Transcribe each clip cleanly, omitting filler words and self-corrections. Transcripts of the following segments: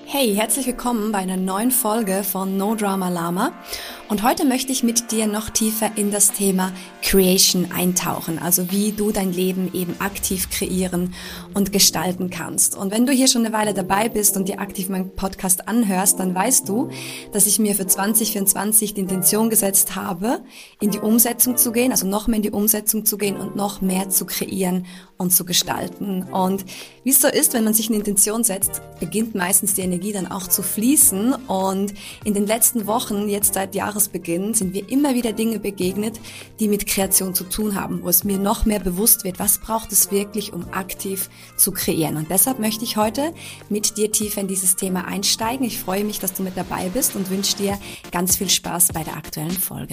Hey, herzlich willkommen bei einer neuen Folge von No Drama Lama. Und heute möchte ich mit dir noch tiefer in das Thema Creation eintauchen, also wie du dein Leben eben aktiv kreieren und gestalten kannst. Und wenn du hier schon eine Weile dabei bist und dir aktiv meinen Podcast anhörst, dann weißt du, dass ich mir für 2024 die Intention gesetzt habe, in die Umsetzung zu gehen, also noch mehr in die Umsetzung zu gehen und noch mehr zu kreieren und zu gestalten. Und wie es so ist, wenn man sich eine Intention setzt, beginnt meistens die Energie dann auch zu fließen. Und in den letzten Wochen, jetzt seit Jahresbeginn, sind mir immer wieder Dinge begegnet, die mit Kreation zu tun haben, wo es mir noch mehr bewusst wird, was braucht es wirklich, um aktiv zu kreieren. Und deshalb möchte ich heute mit dir tiefer in dieses Thema einsteigen. Ich freue mich, dass du mit dabei bist und wünsche dir ganz viel Spaß bei der aktuellen Folge.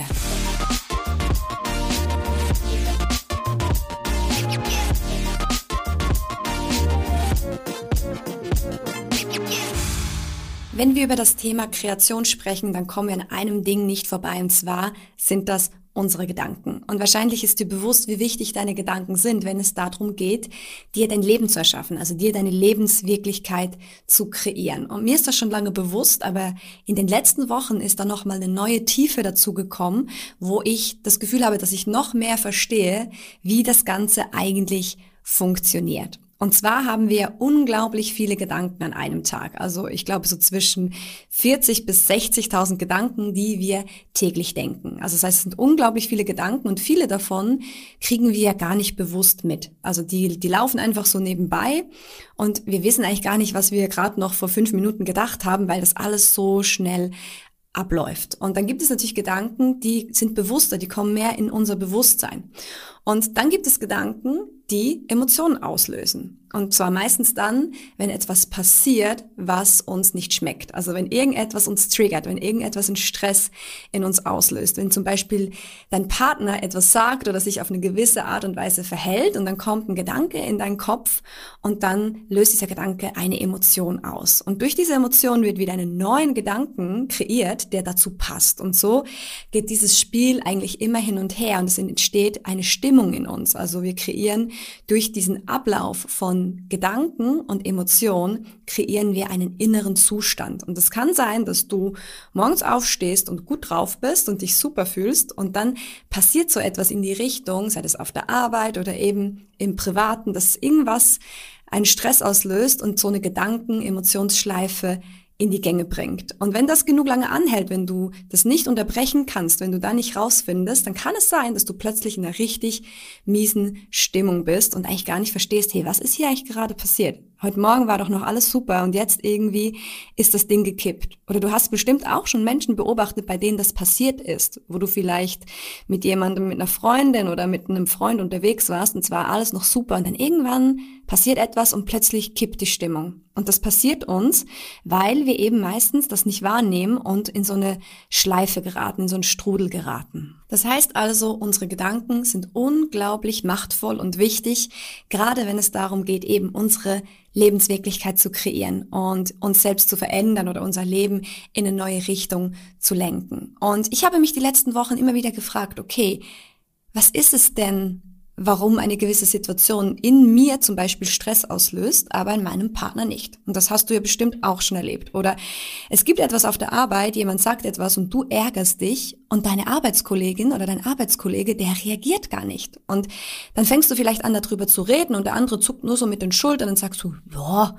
Wenn wir über das Thema Kreation sprechen, dann kommen wir an einem Ding nicht vorbei, und zwar sind das unsere Gedanken. Und wahrscheinlich ist dir bewusst, wie wichtig deine Gedanken sind, wenn es darum geht, dir dein Leben zu erschaffen, also dir deine Lebenswirklichkeit zu kreieren. Und mir ist das schon lange bewusst, aber in den letzten Wochen ist da nochmal eine neue Tiefe dazu gekommen, wo ich das Gefühl habe, dass ich noch mehr verstehe, wie das Ganze eigentlich funktioniert. Und zwar haben wir unglaublich viele Gedanken an einem Tag. Also ich glaube so zwischen 40.000 bis 60.000 Gedanken, die wir täglich denken. Also das heißt, es sind unglaublich viele Gedanken und viele davon kriegen wir gar nicht bewusst mit. Also die laufen einfach so nebenbei und wir wissen eigentlich gar nicht, was wir gerade noch vor 5 Minuten gedacht haben, weil das alles so schnell abläuft. Und dann gibt es natürlich Gedanken, die sind bewusster, die kommen mehr in unser Bewusstsein. Und dann gibt es Gedanken, die Emotionen auslösen. Und zwar meistens dann, wenn etwas passiert, was uns nicht schmeckt. Also wenn irgendetwas uns triggert, wenn irgendetwas einen Stress in uns auslöst. Wenn zum Beispiel dein Partner etwas sagt oder sich auf eine gewisse Art und Weise verhält und dann kommt ein Gedanke in deinen Kopf und dann löst dieser Gedanke eine Emotion aus. Und durch diese Emotion wird wieder einen neuen Gedanken kreiert, der dazu passt. Und so geht dieses Spiel eigentlich immer hin und her und es entsteht eine Stimmung in uns. Also wir kreieren durch diesen Ablauf von Gedanken und Emotionen kreieren wir einen inneren Zustand. Und es kann sein, dass du morgens aufstehst und gut drauf bist und dich super fühlst und dann passiert so etwas in die Richtung, sei das auf der Arbeit oder eben im Privaten, dass irgendwas einen Stress auslöst und so eine Gedanken-Emotionsschleife in die Gänge bringt. Und wenn das genug lange anhält, wenn du das nicht unterbrechen kannst, wenn du da nicht rausfindest, dann kann es sein, dass du plötzlich in einer richtig miesen Stimmung bist und eigentlich gar nicht verstehst, hey, was ist hier eigentlich gerade passiert? Heute Morgen war doch noch alles super und jetzt irgendwie ist das Ding gekippt. Oder du hast bestimmt auch schon Menschen beobachtet, bei denen das passiert ist, wo du vielleicht mit jemandem, mit einer Freundin oder mit einem Freund unterwegs warst und zwar alles noch super und dann irgendwann passiert etwas und plötzlich kippt die Stimmung. Und das passiert uns, weil wir eben meistens das nicht wahrnehmen und in so eine Schleife geraten, in so einen Strudel geraten. Das heißt also, unsere Gedanken sind unglaublich machtvoll und wichtig, gerade wenn es darum geht, eben unsere Lebenswirklichkeit zu kreieren und uns selbst zu verändern oder unser Leben in eine neue Richtung zu lenken. Und ich habe mich die letzten Wochen immer wieder gefragt, okay, was ist es denn, warum eine gewisse Situation in mir zum Beispiel Stress auslöst, aber in meinem Partner nicht. Und das hast du ja bestimmt auch schon erlebt. Oder es gibt etwas auf der Arbeit, jemand sagt etwas und du ärgerst dich und deine Arbeitskollegin oder dein Arbeitskollege, der reagiert gar nicht. Und dann fängst du vielleicht an, darüber zu reden und der andere zuckt nur so mit den Schultern und sagst du, ja,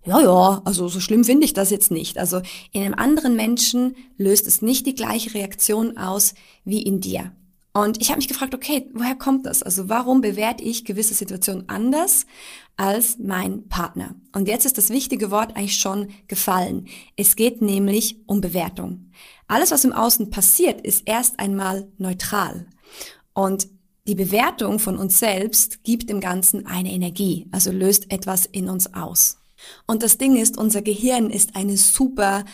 also so schlimm finde ich das jetzt nicht. Also in einem anderen Menschen löst es nicht die gleiche Reaktion aus wie in dir. Und ich habe mich gefragt, okay, woher kommt das? Also warum bewerte ich gewisse Situationen anders als mein Partner? Und jetzt ist das wichtige Wort eigentlich schon gefallen. Es geht nämlich um Bewertung. Alles, was im Außen passiert, ist erst einmal neutral. Und die Bewertung von uns selbst gibt dem Ganzen eine Energie, also löst etwas in uns aus. Und das Ding ist, unser Gehirn ist eine super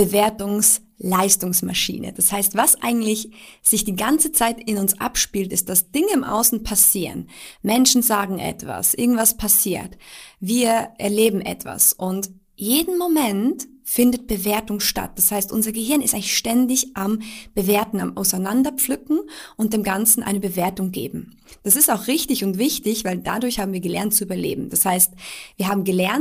Bewertungsleistungsmaschine. Das heißt, was eigentlich sich die ganze Zeit in uns abspielt, ist, dass Dinge im Außen passieren. Menschen sagen etwas, irgendwas passiert. Wir erleben etwas und jeden Moment findet Bewertung statt. Das heißt, unser Gehirn ist eigentlich ständig am Bewerten, am Auseinanderpflücken und dem Ganzen eine Bewertung geben. Das ist auch richtig und wichtig, weil dadurch haben wir gelernt zu überleben. Das heißt, wir haben gelernt,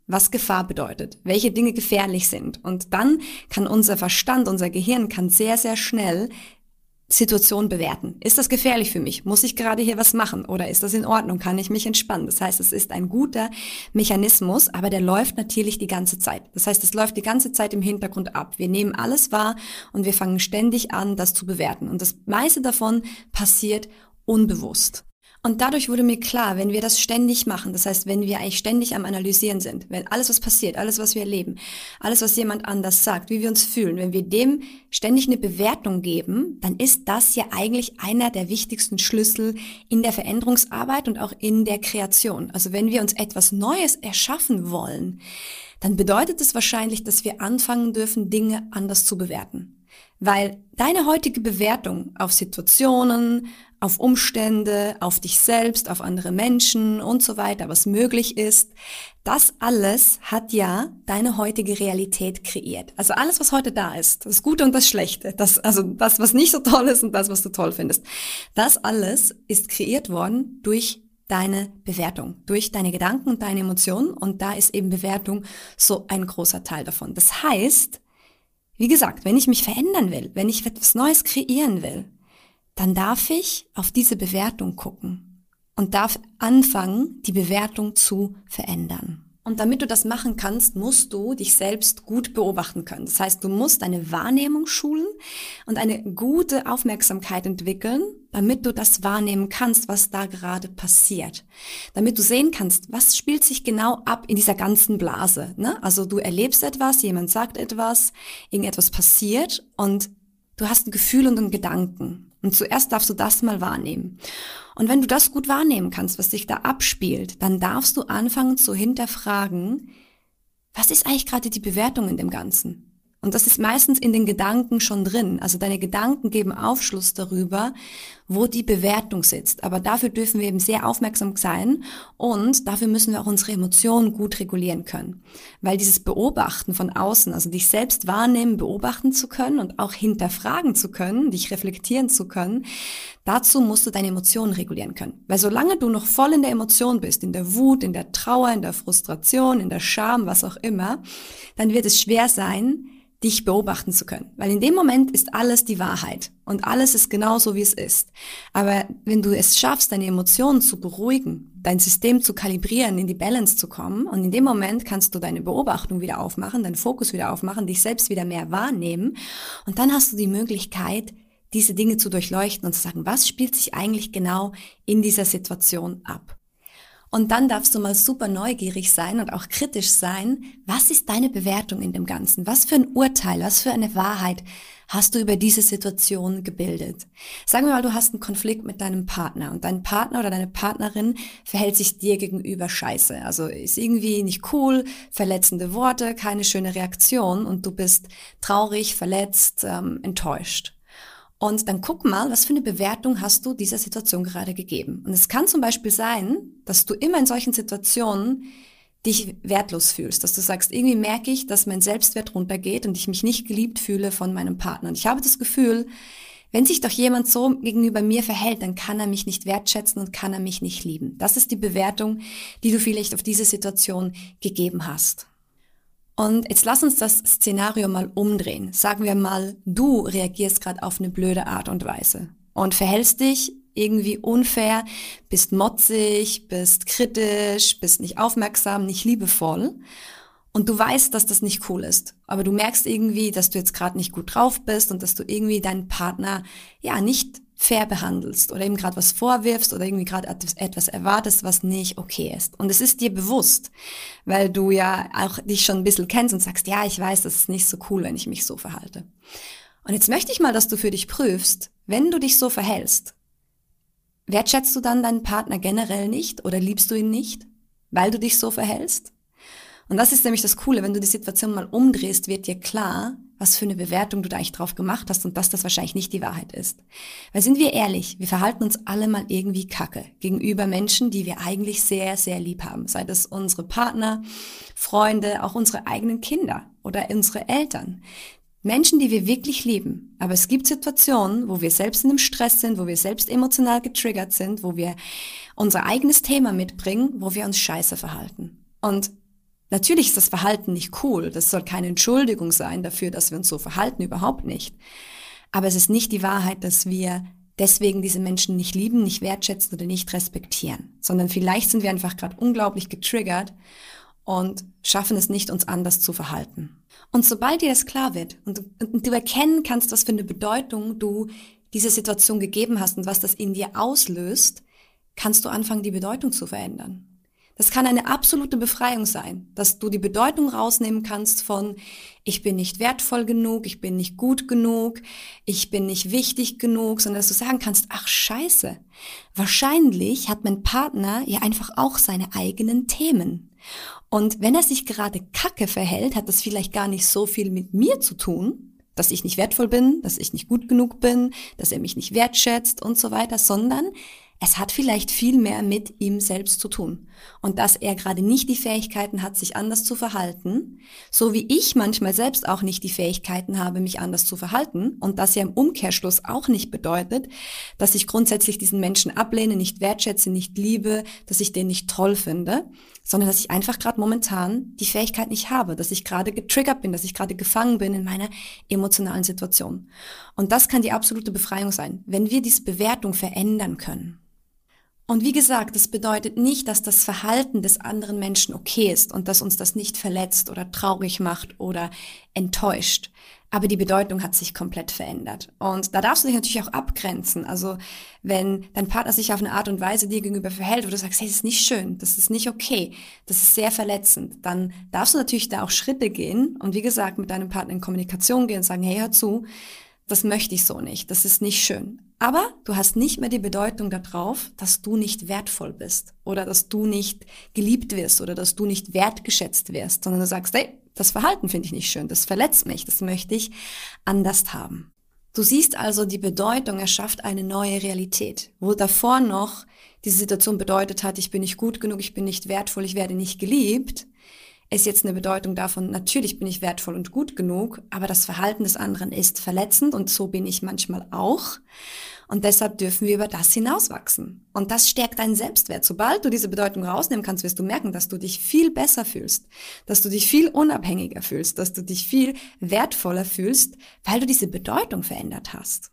was Gefahr bedeutet, welche Dinge gefährlich sind. Und dann kann unser Verstand, unser Gehirn kann sehr, sehr schnell Situation bewerten. Ist das gefährlich für mich? Muss ich gerade hier was machen? Oder ist das in Ordnung? Kann ich mich entspannen? Das heißt, es ist ein guter Mechanismus, aber der läuft natürlich die ganze Zeit. Das heißt, es läuft die ganze Zeit im Hintergrund ab. Wir nehmen alles wahr und wir fangen ständig an, das zu bewerten. Und das meiste davon passiert unbewusst. Und dadurch wurde mir klar, wenn wir das ständig machen, das heißt, wenn wir eigentlich ständig am Analysieren sind, wenn alles, was passiert, alles, was wir erleben, alles, was jemand anders sagt, wie wir uns fühlen, wenn wir dem ständig eine Bewertung geben, dann ist das ja eigentlich einer der wichtigsten Schlüssel in der Veränderungsarbeit und auch in der Kreation. Also wenn wir uns etwas Neues erschaffen wollen, dann bedeutet es wahrscheinlich, dass wir anfangen dürfen, Dinge anders zu bewerten. Weil deine heutige Bewertung auf Situationen, auf Umstände, auf dich selbst, auf andere Menschen und so weiter, was möglich ist, das alles hat ja deine heutige Realität kreiert. Also alles, was heute da ist, das Gute und das Schlechte, also das, was nicht so toll ist und das, was du toll findest, das alles ist kreiert worden durch deine Bewertung, durch deine Gedanken und deine Emotionen, und da ist eben Bewertung so ein großer Teil davon. Das heißt, wie gesagt, wenn ich mich verändern will, wenn ich etwas Neues kreieren will, dann darf ich auf diese Bewertung gucken und darf anfangen, die Bewertung zu verändern. Und damit du das machen kannst, musst du dich selbst gut beobachten können. Das heißt, du musst deine Wahrnehmung schulen und eine gute Aufmerksamkeit entwickeln, damit du das wahrnehmen kannst, was da gerade passiert. Damit du sehen kannst, was spielt sich genau ab in dieser ganzen Blase, ne? Also du erlebst etwas, jemand sagt etwas, irgendetwas passiert und du hast ein Gefühl und einen Gedanken. Und zuerst darfst du das mal wahrnehmen. Und wenn du das gut wahrnehmen kannst, was sich da abspielt, dann darfst du anfangen zu hinterfragen, was ist eigentlich gerade die Bewertung in dem Ganzen? Und das ist meistens in den Gedanken schon drin. Also deine Gedanken geben Aufschluss darüber, wo die Bewertung sitzt. Aber dafür dürfen wir eben sehr aufmerksam sein und dafür müssen wir auch unsere Emotionen gut regulieren können. Weil dieses Beobachten von außen, also dich selbst wahrnehmen, beobachten zu können und auch hinterfragen zu können, dich reflektieren zu können, dazu musst du deine Emotionen regulieren können. Weil solange du noch voll in der Emotion bist, in der Wut, in der Trauer, in der Frustration, in der Scham, was auch immer, dann wird es schwer sein, dich beobachten zu können. Weil in dem Moment ist alles die Wahrheit und alles ist genauso, wie es ist. Aber wenn du es schaffst, deine Emotionen zu beruhigen, dein System zu kalibrieren, in die Balance zu kommen, und in dem Moment kannst du deine Beobachtung wieder aufmachen, deinen Fokus wieder aufmachen, dich selbst wieder mehr wahrnehmen, und dann hast du die Möglichkeit, diese Dinge zu durchleuchten und zu sagen, was spielt sich eigentlich genau in dieser Situation ab? Und dann darfst du mal super neugierig sein und auch kritisch sein. Was ist deine Bewertung in dem Ganzen? Was für ein Urteil, was für eine Wahrheit hast du über diese Situation gebildet? Sagen wir mal, du hast einen Konflikt mit deinem Partner und dein Partner oder deine Partnerin verhält sich dir gegenüber scheiße. Also ist irgendwie nicht cool, verletzende Worte, keine schöne Reaktion und du bist traurig, verletzt, enttäuscht. Und dann guck mal, was für eine Bewertung hast du dieser Situation gerade gegeben. Und es kann zum Beispiel sein, dass du immer in solchen Situationen dich wertlos fühlst, dass du sagst, irgendwie merke ich, dass mein Selbstwert runtergeht und ich mich nicht geliebt fühle von meinem Partner. Und ich habe das Gefühl, wenn sich doch jemand so gegenüber mir verhält, dann kann er mich nicht wertschätzen und kann er mich nicht lieben. Das ist die Bewertung, die du vielleicht auf diese Situation gegeben hast. Und jetzt lass uns das Szenario mal umdrehen. Sagen wir mal, du reagierst gerade auf eine blöde Art und Weise und verhältst dich irgendwie unfair, bist motzig, bist kritisch, bist nicht aufmerksam, nicht liebevoll. Und du weißt, dass das nicht cool ist. Aber du merkst irgendwie, dass du jetzt gerade nicht gut drauf bist und dass du irgendwie deinen Partner ja nicht fair behandelst oder ihm gerade was vorwirfst oder irgendwie gerade etwas erwartest, was nicht okay ist. Und es ist dir bewusst, weil du ja auch dich schon ein bisschen kennst und sagst, ja, ich weiß, das ist nicht so cool, wenn ich mich so verhalte. Und jetzt möchte ich mal, dass du für dich prüfst, wenn du dich so verhältst, wertschätzt du dann deinen Partner generell nicht oder liebst du ihn nicht, weil du dich so verhältst? Und das ist nämlich das Coole, wenn du die Situation mal umdrehst, wird dir klar, was für eine Bewertung du da eigentlich drauf gemacht hast und dass das wahrscheinlich nicht die Wahrheit ist. Weil sind wir ehrlich, wir verhalten uns alle mal irgendwie kacke gegenüber Menschen, die wir eigentlich sehr, sehr lieb haben. Sei das unsere Partner, Freunde, auch unsere eigenen Kinder oder unsere Eltern. Menschen, die wir wirklich lieben. Aber es gibt Situationen, wo wir selbst in einem Stress sind, wo wir selbst emotional getriggert sind, wo wir unser eigenes Thema mitbringen, wo wir uns scheiße verhalten. Und Natürlich ist das Verhalten nicht cool. Das soll keine Entschuldigung sein dafür, dass wir uns so verhalten, überhaupt nicht. Aber es ist nicht die Wahrheit, dass wir deswegen diese Menschen nicht lieben, nicht wertschätzen oder nicht respektieren, sondern vielleicht sind wir einfach gerade unglaublich getriggert und schaffen es nicht, uns anders zu verhalten. Und sobald dir das klar wird und du erkennen kannst, was für eine Bedeutung du dieser Situation gegeben hast und was das in dir auslöst, kannst du anfangen, die Bedeutung zu verändern. Das kann eine absolute Befreiung sein, dass du die Bedeutung rausnehmen kannst von ich bin nicht wertvoll genug, ich bin nicht gut genug, ich bin nicht wichtig genug, sondern dass du sagen kannst, ach scheiße, wahrscheinlich hat mein Partner ja einfach auch seine eigenen Themen. Und wenn er sich gerade kacke verhält, hat das vielleicht gar nicht so viel mit mir zu tun, dass ich nicht wertvoll bin, dass ich nicht gut genug bin, dass er mich nicht wertschätzt und so weiter, sondern es hat vielleicht viel mehr mit ihm selbst zu tun. Und dass er gerade nicht die Fähigkeiten hat, sich anders zu verhalten, so wie ich manchmal selbst auch nicht die Fähigkeiten habe, mich anders zu verhalten. Und das ja im Umkehrschluss auch nicht bedeutet, dass ich grundsätzlich diesen Menschen ablehne, nicht wertschätze, nicht liebe, dass ich den nicht toll finde, sondern dass ich einfach gerade momentan die Fähigkeit nicht habe, dass ich gerade getriggert bin, dass ich gerade gefangen bin in meiner emotionalen Situation. Und das kann die absolute Befreiung sein, wenn wir diese Bewertung verändern können. Und wie gesagt, das bedeutet nicht, dass das Verhalten des anderen Menschen okay ist und dass uns das nicht verletzt oder traurig macht oder enttäuscht. Aber die Bedeutung hat sich komplett verändert. Und da darfst du dich natürlich auch abgrenzen. Also wenn dein Partner sich auf eine Art und Weise dir gegenüber verhält, wo du sagst, hey, das ist nicht schön, das ist nicht okay, das ist sehr verletzend, dann darfst du natürlich da auch Schritte gehen und wie gesagt, mit deinem Partner in Kommunikation gehen und sagen, hey, hör zu, das möchte ich so nicht, das ist nicht schön. Aber du hast nicht mehr die Bedeutung darauf, dass du nicht wertvoll bist oder dass du nicht geliebt wirst oder dass du nicht wertgeschätzt wirst, sondern du sagst, hey, das Verhalten finde ich nicht schön, das verletzt mich, das möchte ich anders haben. Du siehst also, die Bedeutung erschafft eine neue Realität, wo davor noch diese Situation bedeutet hat, ich bin nicht gut genug, ich bin nicht wertvoll, ich werde nicht geliebt, ist jetzt eine Bedeutung davon, natürlich bin ich wertvoll und gut genug, aber das Verhalten des anderen ist verletzend und so bin ich manchmal auch. Und deshalb dürfen wir über das hinauswachsen. Und das stärkt deinen Selbstwert. Sobald du diese Bedeutung rausnehmen kannst, wirst du merken, dass du dich viel besser fühlst, dass du dich viel unabhängiger fühlst, dass du dich viel wertvoller fühlst, weil du diese Bedeutung verändert hast.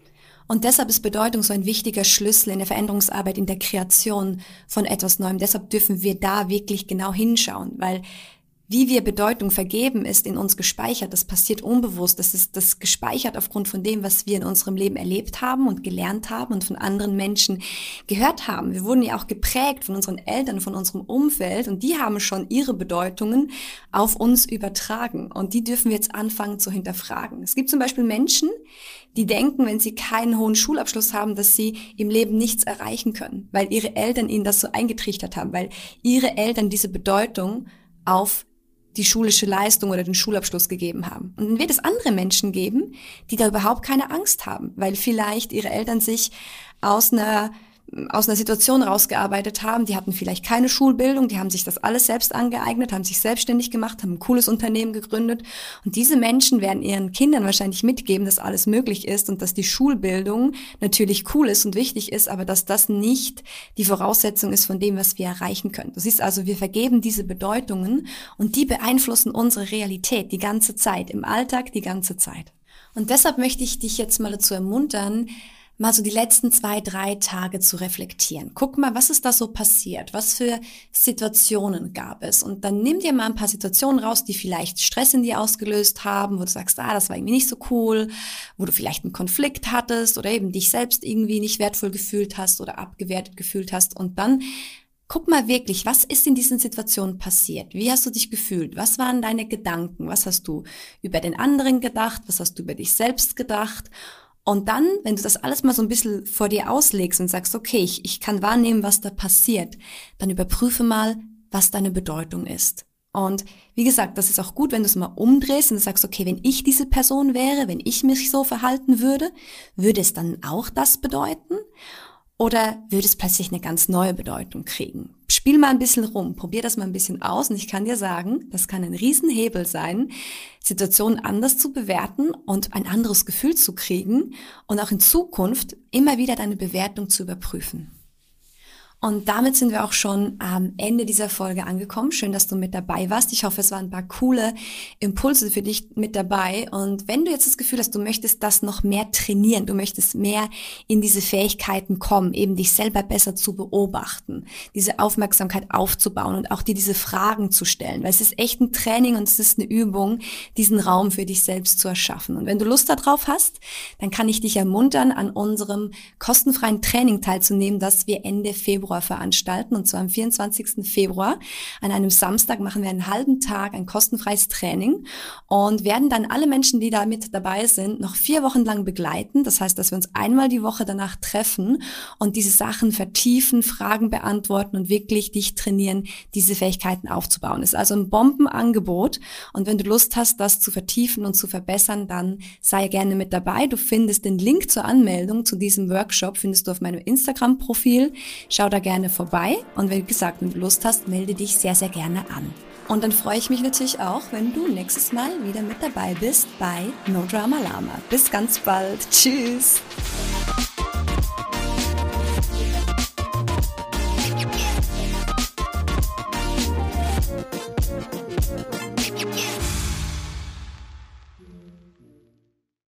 Und deshalb ist Bedeutung so ein wichtiger Schlüssel in der Veränderungsarbeit, in der Kreation von etwas Neuem. Deshalb dürfen wir da wirklich genau hinschauen, weil wie wir Bedeutung vergeben, ist in uns gespeichert. Das passiert unbewusst. Das ist das gespeichert aufgrund von dem, was wir in unserem Leben erlebt haben und gelernt haben und von anderen Menschen gehört haben. Wir wurden ja auch geprägt von unseren Eltern, von unserem Umfeld und die haben schon ihre Bedeutungen auf uns übertragen und die dürfen wir jetzt anfangen zu hinterfragen. Es gibt zum Beispiel Menschen, die denken, wenn sie keinen hohen Schulabschluss haben, dass sie im Leben nichts erreichen können, weil ihre Eltern ihnen das so eingetrichtert haben, weil ihre Eltern diese Bedeutung auf die schulische Leistung oder den Schulabschluss gegeben haben. Und dann wird es andere Menschen geben, die da überhaupt keine Angst haben, weil vielleicht ihre Eltern sich aus einer Situation rausgearbeitet haben, die hatten vielleicht keine Schulbildung, die haben sich das alles selbst angeeignet, haben sich selbstständig gemacht, haben ein cooles Unternehmen gegründet und diese Menschen werden ihren Kindern wahrscheinlich mitgeben, dass alles möglich ist und dass die Schulbildung natürlich cool ist und wichtig ist, aber dass das nicht die Voraussetzung ist von dem, was wir erreichen können. Du siehst also, wir vergeben diese Bedeutungen und die beeinflussen unsere Realität die ganze Zeit, im Alltag die ganze Zeit. Und deshalb möchte ich dich jetzt mal dazu ermuntern, mal so die letzten 2-3 Tage zu reflektieren. Guck mal, was ist da so passiert? Was für Situationen gab es? Und dann nimm dir mal ein paar Situationen raus, die vielleicht Stress in dir ausgelöst haben, wo du sagst, das war irgendwie nicht so cool, wo du vielleicht einen Konflikt hattest oder eben dich selbst irgendwie nicht wertvoll gefühlt hast oder abgewertet gefühlt hast. Und dann guck mal wirklich, was ist in diesen Situationen passiert? Wie hast du dich gefühlt? Was waren deine Gedanken? Was hast du über den anderen gedacht? Was hast du über dich selbst gedacht? Und dann, wenn du das alles mal so ein bisschen vor dir auslegst und sagst, okay, ich kann wahrnehmen, was da passiert, dann überprüfe mal, was deine Bedeutung ist. Und wie gesagt, das ist auch gut, wenn du es mal umdrehst und du sagst, okay, wenn ich diese Person wäre, wenn ich mich so verhalten würde, würde es dann auch das bedeuten? Oder würde es plötzlich eine ganz neue Bedeutung kriegen? Spiel mal ein bisschen rum, probier das mal ein bisschen aus und ich kann dir sagen, das kann ein Riesenhebel sein, Situationen anders zu bewerten und ein anderes Gefühl zu kriegen und auch in Zukunft immer wieder deine Bewertung zu überprüfen. Und damit sind wir auch schon am Ende dieser Folge angekommen. Schön, dass du mit dabei warst. Ich hoffe, es waren ein paar coole Impulse für dich mit dabei. Und wenn du jetzt das Gefühl hast, du möchtest das noch mehr trainieren, du möchtest mehr in diese Fähigkeiten kommen, eben dich selber besser zu beobachten, diese Aufmerksamkeit aufzubauen und auch dir diese Fragen zu stellen, weil es ist echt ein Training und es ist eine Übung, diesen Raum für dich selbst zu erschaffen. Und wenn du Lust darauf hast, dann kann ich dich ermuntern, an unserem kostenfreien Training teilzunehmen, das wir Ende Februar veranstalten, und zwar am 24. Februar. An einem Samstag machen wir einen halben Tag ein kostenfreies Training und werden dann alle Menschen, die da mit dabei sind, noch 4 Wochen lang begleiten. Das heißt, dass wir uns einmal die Woche danach treffen und diese Sachen vertiefen, Fragen beantworten und wirklich dich trainieren, diese Fähigkeiten aufzubauen. Es ist also ein Bombenangebot, und wenn du Lust hast, das zu vertiefen und zu verbessern, dann sei gerne mit dabei. Du findest den Link zur Anmeldung zu diesem Workshop findest du auf meinem Instagram-Profil. Schau da gerne vorbei, und wie gesagt, wenn du Lust hast, melde dich sehr, sehr gerne an. Und dann freue ich mich natürlich auch, wenn du nächstes Mal wieder mit dabei bist bei No Drama Lama. Bis ganz bald. Tschüss.